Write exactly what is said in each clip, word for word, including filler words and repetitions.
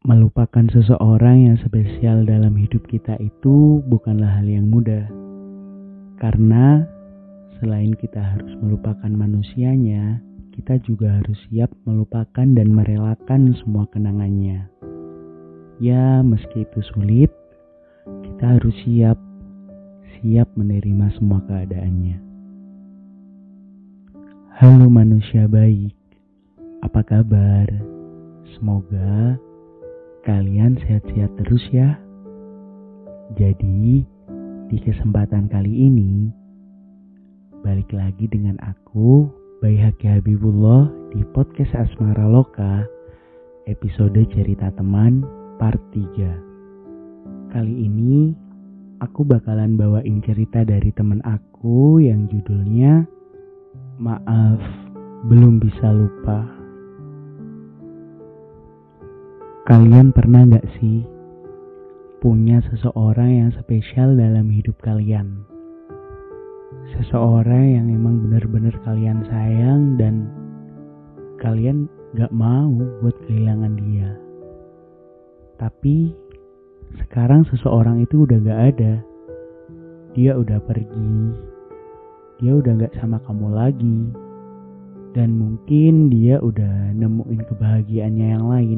Melupakan seseorang yang spesial dalam hidup kita itu bukanlah hal yang mudah. Karena selain kita harus melupakan manusianya, kita juga harus siap melupakan dan merelakan semua kenangannya. Ya, meski itu sulit, kita harus siap, siap menerima semua keadaannya. Halo manusia baik, apa kabar? Semoga kalian sehat-sehat terus ya. Jadi, di kesempatan kali ini, balik lagi dengan aku, Bayi Haki Habibullah di podcast Asmara Loka, episode cerita teman part tiga. Kali ini, aku bakalan bawain cerita dari teman aku yang judulnya Maaf, Belum Bisa Lupa. Kalian pernah gak sih punya seseorang yang spesial dalam hidup kalian? Seseorang yang emang benar-benar kalian sayang dan kalian gak mau buat kehilangan dia. Tapi sekarang seseorang itu udah gak ada. Dia udah pergi. Dia udah gak sama kamu lagi. Dan mungkin dia udah nemuin kebahagiaannya yang lain.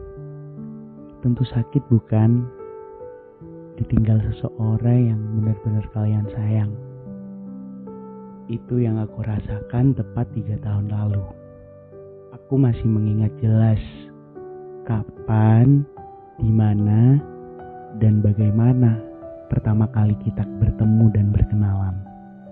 Tentu sakit bukan? Ditinggal seseorang yang benar-benar kalian sayang. Itu yang aku rasakan tepat tiga tahun lalu. Aku masih mengingat jelas kapan, di mana, dan bagaimana pertama kali kita bertemu dan berkenalan.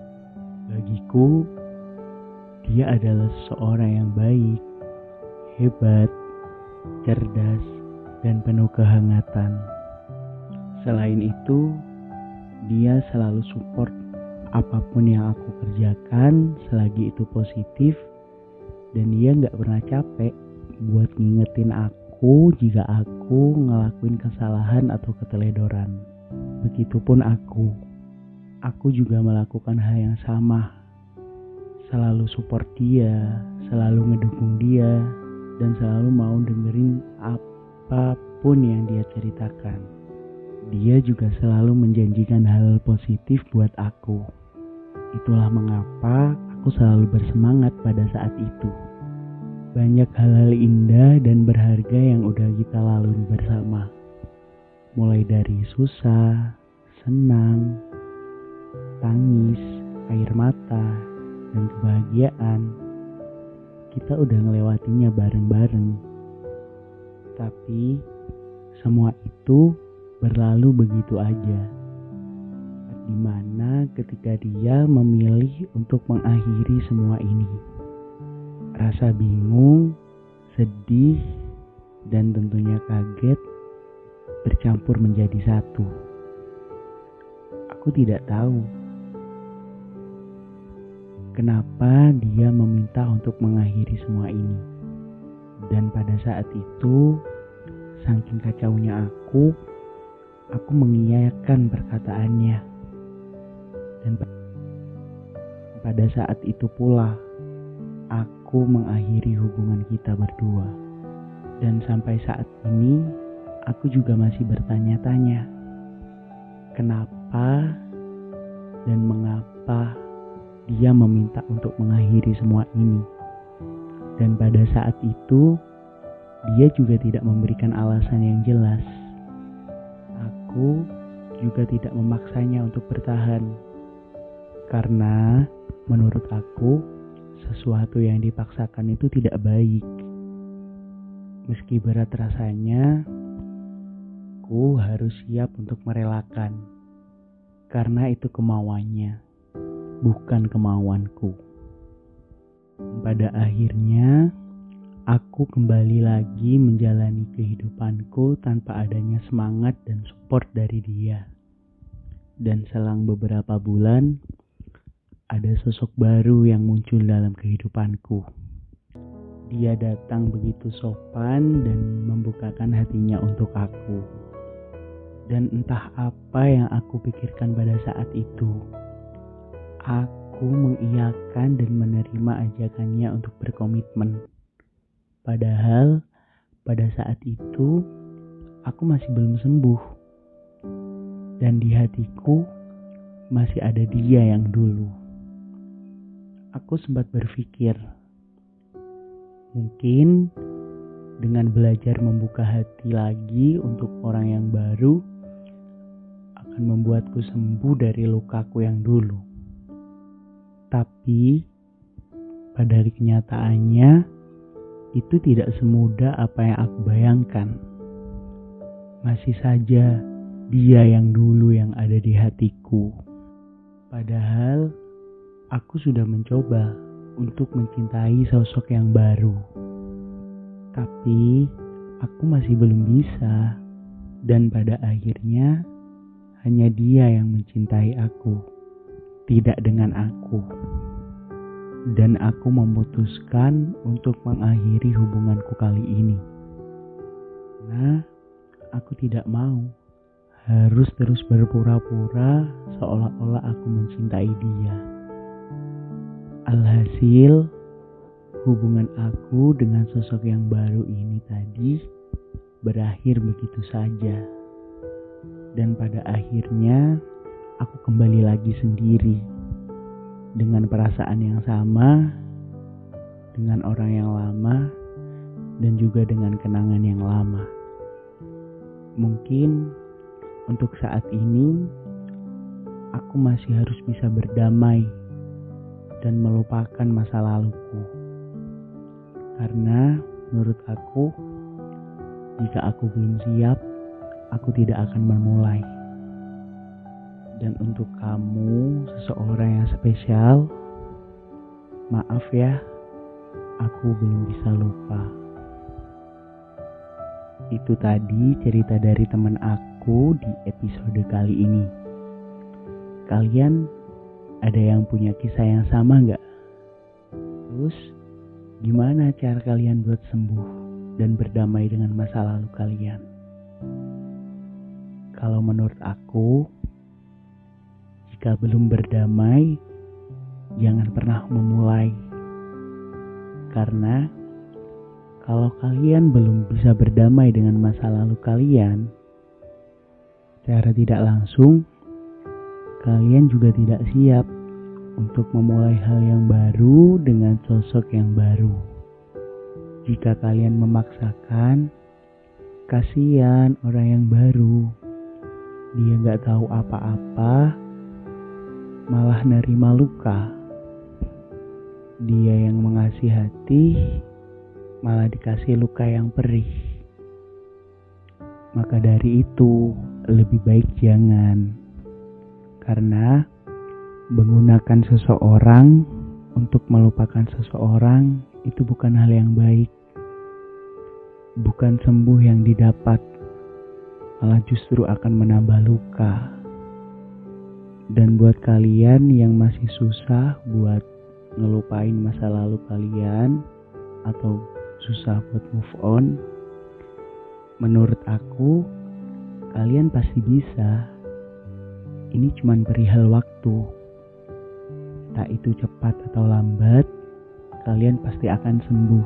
Bagiku, dia adalah seseorang yang baik, hebat, cerdas, dan penuh kehangatan. Selain itu, dia selalu support apapun yang aku kerjakan selagi itu positif, dan dia gak pernah capek buat ngingetin aku jika aku ngelakuin kesalahan atau keteledoran. Begitupun aku, aku juga melakukan hal yang sama, selalu support dia, selalu ngedukung dia, dan selalu mau dengerin apa apapun yang dia ceritakan. Dia juga selalu menjanjikan hal positif buat aku. Itulah mengapa aku selalu bersemangat pada saat itu. Banyak hal-hal indah dan berharga yang udah kita lalui bersama. Mulai dari susah, senang, tangis, air mata, dan kebahagiaan. Kita udah ngelewatinya bareng-bareng. Tapi semua itu berlalu begitu aja. Dimana ketika dia memilih untuk mengakhiri semua ini. Rasa bingung, sedih, dan tentunya kaget bercampur menjadi satu. Aku tidak tahu kenapa dia meminta untuk mengakhiri semua ini. Dan pada saat itu, saking kacaunya aku, aku mengiyakan perkataannya. Dan pada saat itu pula, aku mengakhiri hubungan kita berdua. Dan sampai saat ini, aku juga masih bertanya-tanya, kenapa dan mengapa dia meminta untuk mengakhiri semua ini. Dan pada saat itu, dia juga tidak memberikan alasan yang jelas. Aku juga tidak memaksanya untuk bertahan. Karena menurut aku, sesuatu yang dipaksakan itu tidak baik. Meski berat rasanya, aku harus siap untuk merelakan. Karena itu kemauannya, bukan kemauanku. Pada akhirnya, aku kembali lagi menjalani kehidupanku tanpa adanya semangat dan support dari dia. Dan selang beberapa bulan, ada sosok baru yang muncul dalam kehidupanku. Dia datang begitu sopan dan membukakan hatinya untuk aku. Dan entah apa yang aku pikirkan pada saat itu. Aku Aku mengiyakan dan menerima ajakannya untuk berkomitmen. Padahal pada saat itu aku masih belum sembuh. Dan di hatiku masih ada dia yang dulu. Aku sempat berpikir, mungkin dengan belajar membuka hati lagi untuk orang yang baru akan membuatku sembuh dari lukaku yang dulu. Tapi pada kenyataannya itu tidak semudah apa yang aku bayangkan. Masih saja dia yang dulu yang ada di hatiku. Padahal aku sudah mencoba untuk mencintai sosok yang baru. Tapi aku masih belum bisa. Dan pada akhirnya hanya dia yang mencintai aku, tidak dengan aku. Dan aku memutuskan untuk mengakhiri hubunganku kali ini. Karena aku tidak mau harus terus berpura-pura seolah-olah aku mencintai dia. Alhasil, hubungan aku dengan sosok yang baru ini tadi berakhir begitu saja. Dan pada akhirnya aku kembali lagi sendiri dengan perasaan yang sama, dengan orang yang lama, dan juga dengan kenangan yang lama. Mungkin untuk saat ini aku masih harus bisa berdamai dan melupakan masa laluku. Karena menurut aku, jika aku belum siap, aku tidak akan memulai. Dan untuk kamu, seseorang yang spesial, maaf ya, aku belum bisa lupa. Itu tadi cerita dari teman aku di episode kali ini. Kalian ada yang punya kisah yang sama gak? Terus gimana cara kalian buat sembuh dan berdamai dengan masa lalu kalian? Kalau menurut aku, jika belum berdamai, jangan pernah memulai. Karena kalau kalian belum bisa berdamai dengan masa lalu kalian, secara tidak langsung, kalian juga tidak siap untuk memulai hal yang baru dengan sosok yang baru. Jika kalian memaksakan, kasihan orang yang baru. Dia gak tahu apa-apa, malah nerima luka. Dia yang mengasih hati, malah dikasih luka yang perih. Maka dari itu, lebih baik jangan. Karena menggunakan seseorang untuk melupakan seseorang itu bukan hal yang baik. Bukan sembuh yang didapat, malah justru akan menambah luka. Dan buat kalian yang masih susah buat ngelupain masa lalu kalian atau susah buat move on, menurut aku kalian pasti bisa. Ini cuma perihal waktu. Tak itu cepat atau lambat, kalian pasti akan sembuh.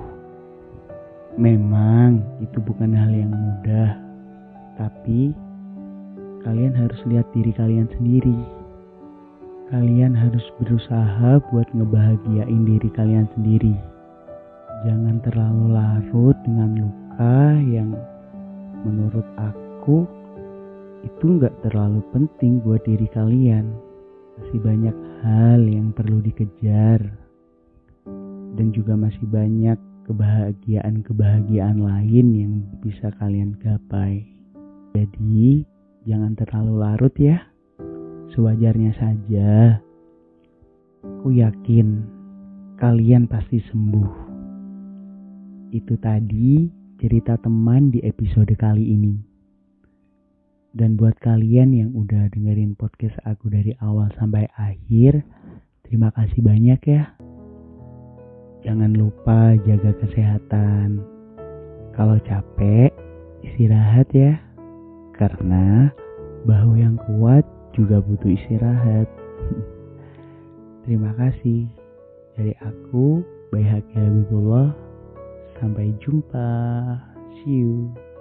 Memang itu bukan hal yang mudah, tapi kalian harus lihat diri kalian sendiri. Kalian harus berusaha buat ngebahagiain diri kalian sendiri. Jangan terlalu larut dengan luka yang menurut aku itu gak terlalu penting buat diri kalian. Masih banyak hal yang perlu dikejar. Dan juga masih banyak kebahagiaan-kebahagiaan lain yang bisa kalian gapai. Jadi jangan terlalu larut ya. Sewajarnya saja. Aku yakin kalian pasti sembuh. Itu tadi cerita teman di episode kali ini. Dan buat kalian yang udah dengerin podcast aku dari awal sampai akhir, terima kasih banyak ya. Jangan lupa jaga kesehatan. Kalau capek, istirahat ya. Karena bahu yang kuat juga butuh istirahat. Terima kasih. Dari aku, Baihaqi Habibullah. Sampai jumpa. See you.